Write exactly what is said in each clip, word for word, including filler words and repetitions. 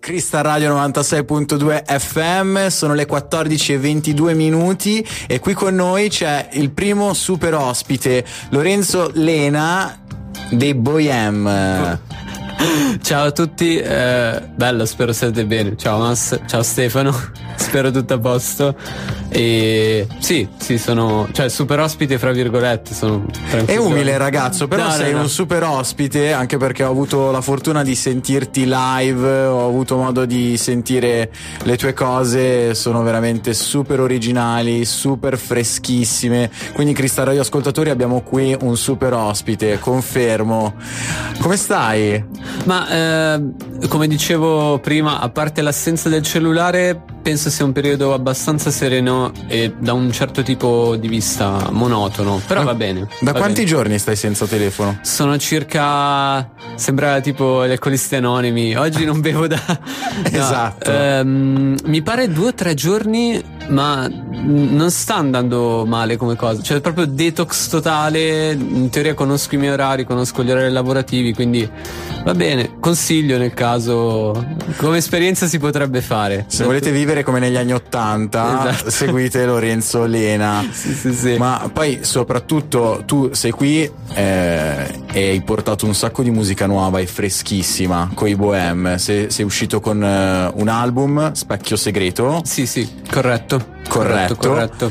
Crystal Radio novantasei virgola due F M, sono le quattordici e ventidue minuti e qui con noi c'è il primo super ospite, Lorenzo Lena dei Bohem. Ciao a tutti, eh, bello, spero siate bene. Ciao Mas, ciao Stefano, spero tutto a posto. E sì, sì, sono, cioè super ospite fra virgolette, sono è umile ragazzo, però no, sei no, no. un super ospite, anche perché ho avuto la fortuna di sentirti live, ho avuto modo di sentire le tue cose, sono veramente super originali, super freschissime. Quindi Crystal Radio ascoltatori, abbiamo qui un super ospite, confermo. Come stai? Ma eh, come dicevo prima, a parte l'assenza del cellulare, penso sia un periodo abbastanza sereno e da un certo tipo di vista monotono, però da, va bene. Da va quanti bene. giorni stai senza telefono? Sono circa, sembra tipo gli alcolisti anonimi, oggi non bevo da esatto. No, ehm, mi pare due o tre giorni, ma non sta andando male come cosa, cioè proprio detox totale. In teoria conosco i miei orari, conosco gli orari lavorativi, quindi va bene, consiglio nel caso, come esperienza si potrebbe fare. Se volete vivere come negli anni ottanta, esatto. seguite Lorenzo Lena. Sì, sì, sì. Ma poi soprattutto tu sei qui eh, e hai portato un sacco di musica nuova e freschissima con i Bohem. Sei, sei uscito con uh, un album, Specchio Segreto. Sì, sì, corretto. Corretto, corretto.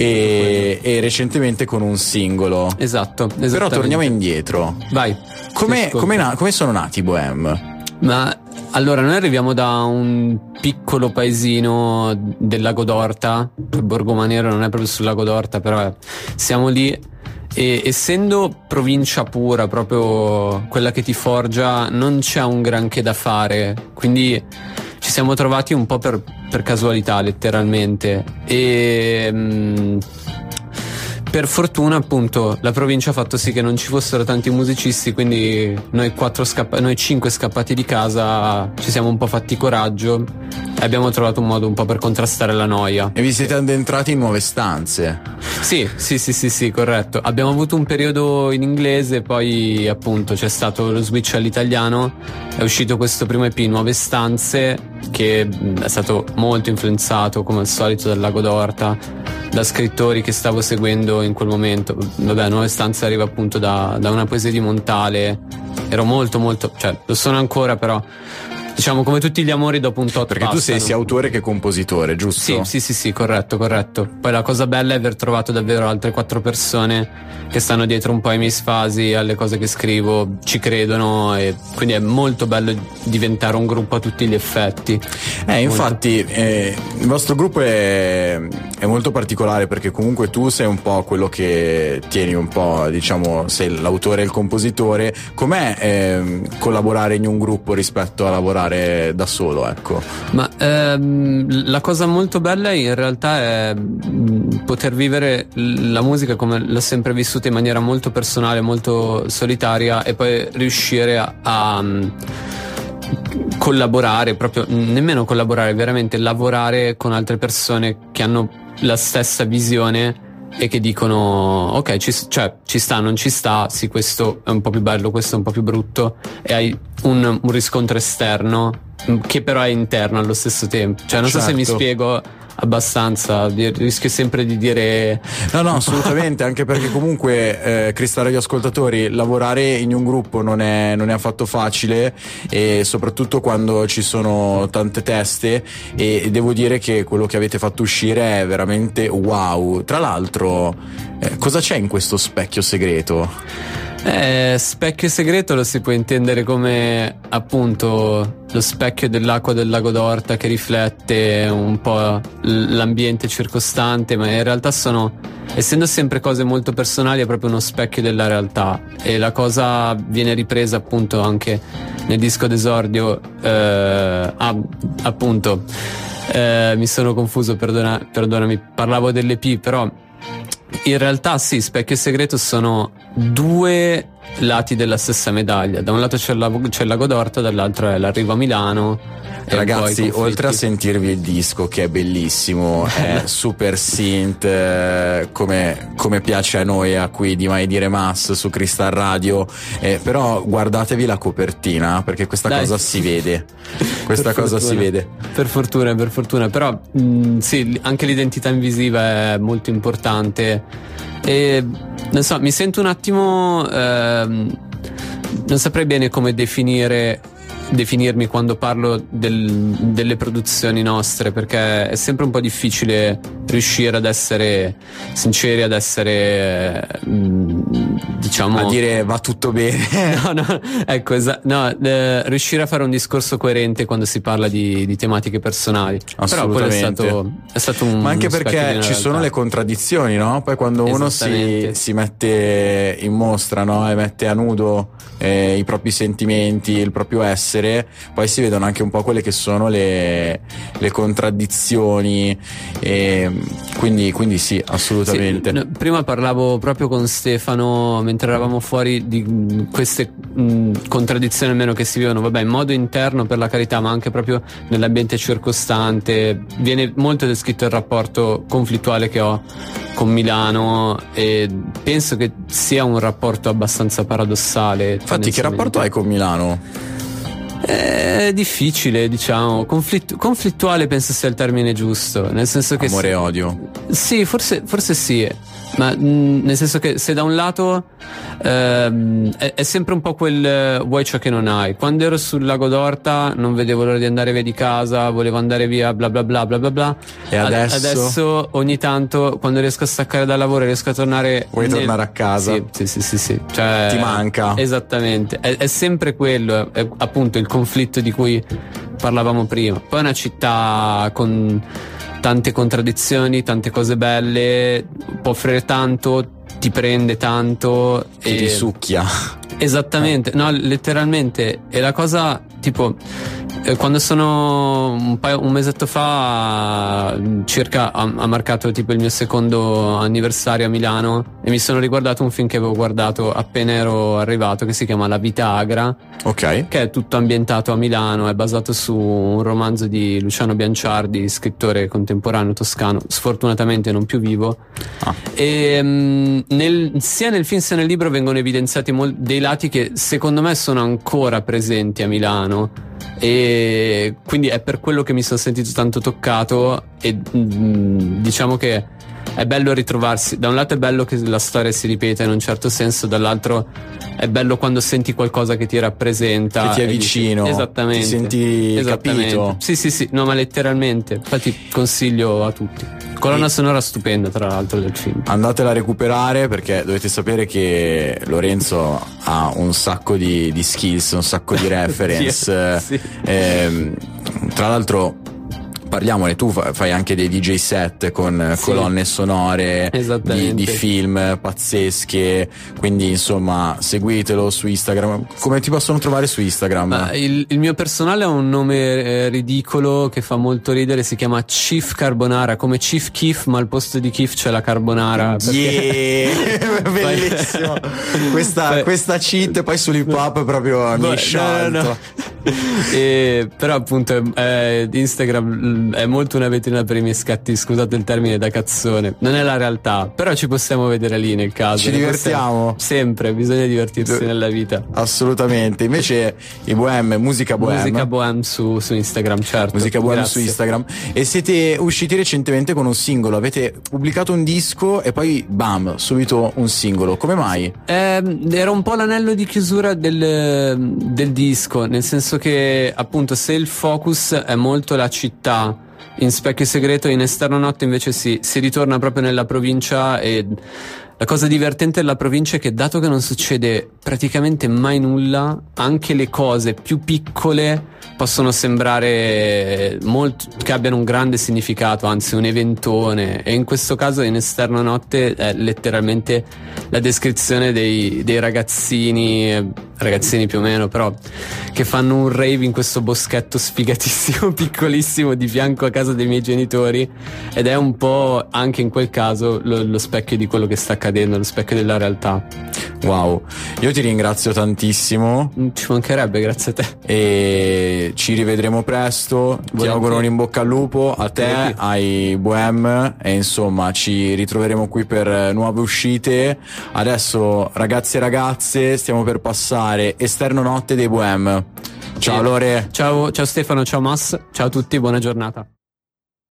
E, e recentemente con un singolo. Esatto, però torniamo indietro. Vai. Come, come, na- come sono nati i Bohem? Ma allora, noi arriviamo da un piccolo paesino del Lago d'Orta, Borgo Manero non è proprio sul Lago d'Orta, però siamo lì e essendo provincia pura, proprio quella che ti forgia, non c'è un granché da fare, quindi ci siamo trovati un po' per, per casualità letteralmente e mh, per fortuna appunto la provincia ha fatto sì che non ci fossero tanti musicisti, quindi noi quattro scappa- noi cinque scappati di casa ci siamo un po' fatti coraggio e abbiamo trovato un modo un po' per contrastare la noia. E vi siete addentrati in nuove stanze? Sì, sì, sì, sì, sì, corretto. Abbiamo avuto un periodo in inglese, poi appunto c'è stato lo switch all'italiano, è uscito questo primo E P, Nuove Stanze, che è stato molto influenzato come al solito dal Lago d'Orta, da scrittori che stavo seguendo in quel momento. Vabbè, Nuove Stanze arriva appunto da, da una poesia di Montale. Ero molto molto, cioè lo sono ancora, però diciamo come tutti gli amori dopo un tot perché passano. tu sei sia autore che compositore, giusto? Sì, sì, sì, sì, corretto, corretto. Poi la cosa bella è aver trovato davvero altre quattro persone che stanno dietro un po' ai miei sfasi, alle cose che scrivo, ci credono, e quindi è molto bello diventare un gruppo a tutti gli effetti. Eh, infatti eh, il vostro gruppo è, è molto particolare, perché comunque tu sei un po' quello che tieni un po', diciamo, sei l'autore e il compositore. Com'è eh, collaborare in un gruppo rispetto a lavorare da solo, ecco? Ma ehm, la cosa molto bella in realtà è poter vivere la musica come l'ho sempre vissuta, in maniera molto personale, molto solitaria, e poi riuscire a, a collaborare, proprio nemmeno collaborare, veramente lavorare con altre persone che hanno la stessa visione e che dicono ok, ci, cioè, ci sta, non ci sta, sì, questo è un po' più bello, questo è un po' più brutto, e hai un, un riscontro esterno che però è interno allo stesso tempo. Cioè non certo. so se mi spiego abbastanza, rischio sempre di dire no no assolutamente, anche perché comunque eh, Crystal Radio ascoltatori, lavorare in un gruppo non è, non è affatto facile, e soprattutto quando ci sono tante teste, e devo dire che quello che avete fatto uscire è veramente wow. Tra l'altro eh, cosa c'è in questo Specchio Segreto? Eh, specchio segreto lo si può intendere come appunto lo specchio dell'acqua del Lago d'Orta che riflette un po' l'ambiente circostante, ma in realtà sono, essendo sempre cose molto personali, è proprio uno specchio della realtà, e la cosa viene ripresa appunto anche nel disco d'esordio. eh, ah, appunto eh, mi sono confuso, perdona, perdonami, parlavo dell'E P, però in realtà sì, Specchio Segreto sono due lati della stessa medaglia. Da un lato c'è la, c'è il Lago d'Orta, dall'altro è l'arrivo a Milano. Ragazzi, oltre a sentirvi il disco che è bellissimo, è super synth, eh, come, come piace a noi a qui di Mai Dire Mas su Crystal Radio, eh, però guardatevi la copertina, perché questa Dai. cosa si vede, questa per cosa fortuna. si vede. Per fortuna, per fortuna, però mh, sì, anche l'identità invisiva è molto importante e non so, mi sento un attimo, ehm, non saprei bene come definire definirmi quando parlo del, delle produzioni nostre, perché è sempre un po' difficile riuscire ad essere sinceri, ad essere diciamo a dire va tutto bene. no no ecco esa- no, eh, riuscire a fare un discorso coerente quando si parla di, di tematiche personali. Però quello è stato, è stato un ma anche perché ci sono le contraddizioni, no? Poi quando uno si, si mette in mostra, no? E mette a nudo eh, i propri sentimenti, il proprio essere, poi si vedono anche un po' quelle che sono le, le contraddizioni, e quindi, quindi sì, assolutamente. Sì, no, prima parlavo proprio con Stefano mentre eravamo fuori di queste mh, contraddizioni almeno che si vivono, vabbè, in modo interno per la carità, ma anche proprio nell'ambiente circostante. Viene molto descritto il rapporto conflittuale che ho con Milano e penso che sia un rapporto abbastanza paradossale. Infatti, che rapporto hai con Milano? È difficile, diciamo, Conflitt- conflittuale penso sia il termine giusto, nel senso che amore e se- odio. Sì, forse, forse sì, ma mh, nel senso che se da un lato ehm, è, è sempre un po' quel eh, vuoi ciò che non hai. Quando ero sul Lago d'Orta non vedevo l'ora di andare via di casa, volevo andare via, bla bla bla bla bla bla. E adesso? Adesso ogni tanto quando riesco a staccare dal lavoro, riesco a tornare. Vuoi nel... tornare a casa? Sì, sì, sì, sì, sì. Cioè, ti manca. Esattamente, è, è sempre quello, è appunto il conflitto di cui parlavamo prima. Poi è una città con tante contraddizioni, tante cose belle, può offrire tanto, ti prende tanto e ti succhia. Esattamente, no, letteralmente. E la cosa, tipo, eh, quando sono un, paio, un mesetto fa circa ha, ha marcato tipo il mio secondo anniversario a Milano e mi sono riguardato un film che avevo guardato appena ero arrivato, che si chiama La vita agra, ok, che è tutto ambientato a Milano, è basato su un romanzo di Luciano Bianciardi, scrittore contemporaneo toscano, sfortunatamente non più vivo. ah. E mh, nel, sia nel film sia nel libro vengono evidenziati mol- dei lati che secondo me sono ancora presenti a Milano, e quindi è per quello che mi sono sentito tanto toccato e mh, diciamo che è bello ritrovarsi. Da un lato è bello che la storia si ripeta in un certo senso, dall'altro è bello quando senti qualcosa che ti rappresenta, che ti è vicino, esattamente, ti senti esattamente. capito. Sì sì sì, no, ma letteralmente. Infatti consiglio a tutti. Colonna sonora stupenda tra l'altro del film. Andatela a recuperare, perché dovete sapere che Lorenzo ha un sacco di, di skills, un sacco di reference. Sì. eh, tra l'altro parliamone, tu fai anche dei D J set con sì. colonne sonore di, di film pazzesche, quindi insomma seguitelo su Instagram. Come ti possono trovare su Instagram? Ma il, il mio personale ha un nome eh, ridicolo che fa molto ridere, si chiama Chief Carbonara, come Chief Keef, ma al posto di Keef c'è la carbonara. Yeah, bellissimo. questa, questa cheat poi sull'hip hop proprio mi è sciolto. No, no, no. E, però appunto eh, Instagram è molto una vetrina per i miei scatti, scusate il termine da cazzone, non è la realtà, però ci possiamo vedere lì nel caso. Ci divertiamo sempre, bisogna divertirsi D- nella vita. Assolutamente. Invece i Bohem, musica Bohem, musica Bohem su, su Instagram, certo. Musica Bohem su Instagram. E siete usciti recentemente con un singolo, avete pubblicato un disco e poi bam, subito un singolo. Come mai? Eh, era un po' l'anello di chiusura del, del disco, nel senso che appunto se il focus è molto la città, in Specchio Segreto, in Esterno Notte invece si, si ritorna proprio nella provincia, e la cosa divertente della provincia è che dato che non succede praticamente mai nulla, anche le cose più piccole possono sembrare molto, che abbiano un grande significato, anzi un eventone, e in questo caso in Esterno Notte è letteralmente la descrizione dei, dei ragazzini ragazzini più o meno, però che fanno un rave in questo boschetto sfigatissimo piccolissimo di fianco a casa dei miei genitori, ed è un po' anche in quel caso lo, lo specchio di quello che sta accadendo cadendo allo specchio della realtà. Wow, io ti ringrazio tantissimo. Ci mancherebbe, grazie a te. E ci rivedremo presto. Volentieri. Ti auguro un in bocca al lupo a te, Volentieri. ai Bohem, e insomma ci ritroveremo qui per nuove uscite. Adesso ragazzi e ragazze, stiamo per passare Esterno Notte dei Bohem. Ciao Lore. Ciao, ciao Stefano, ciao Mas, ciao a tutti, buona giornata.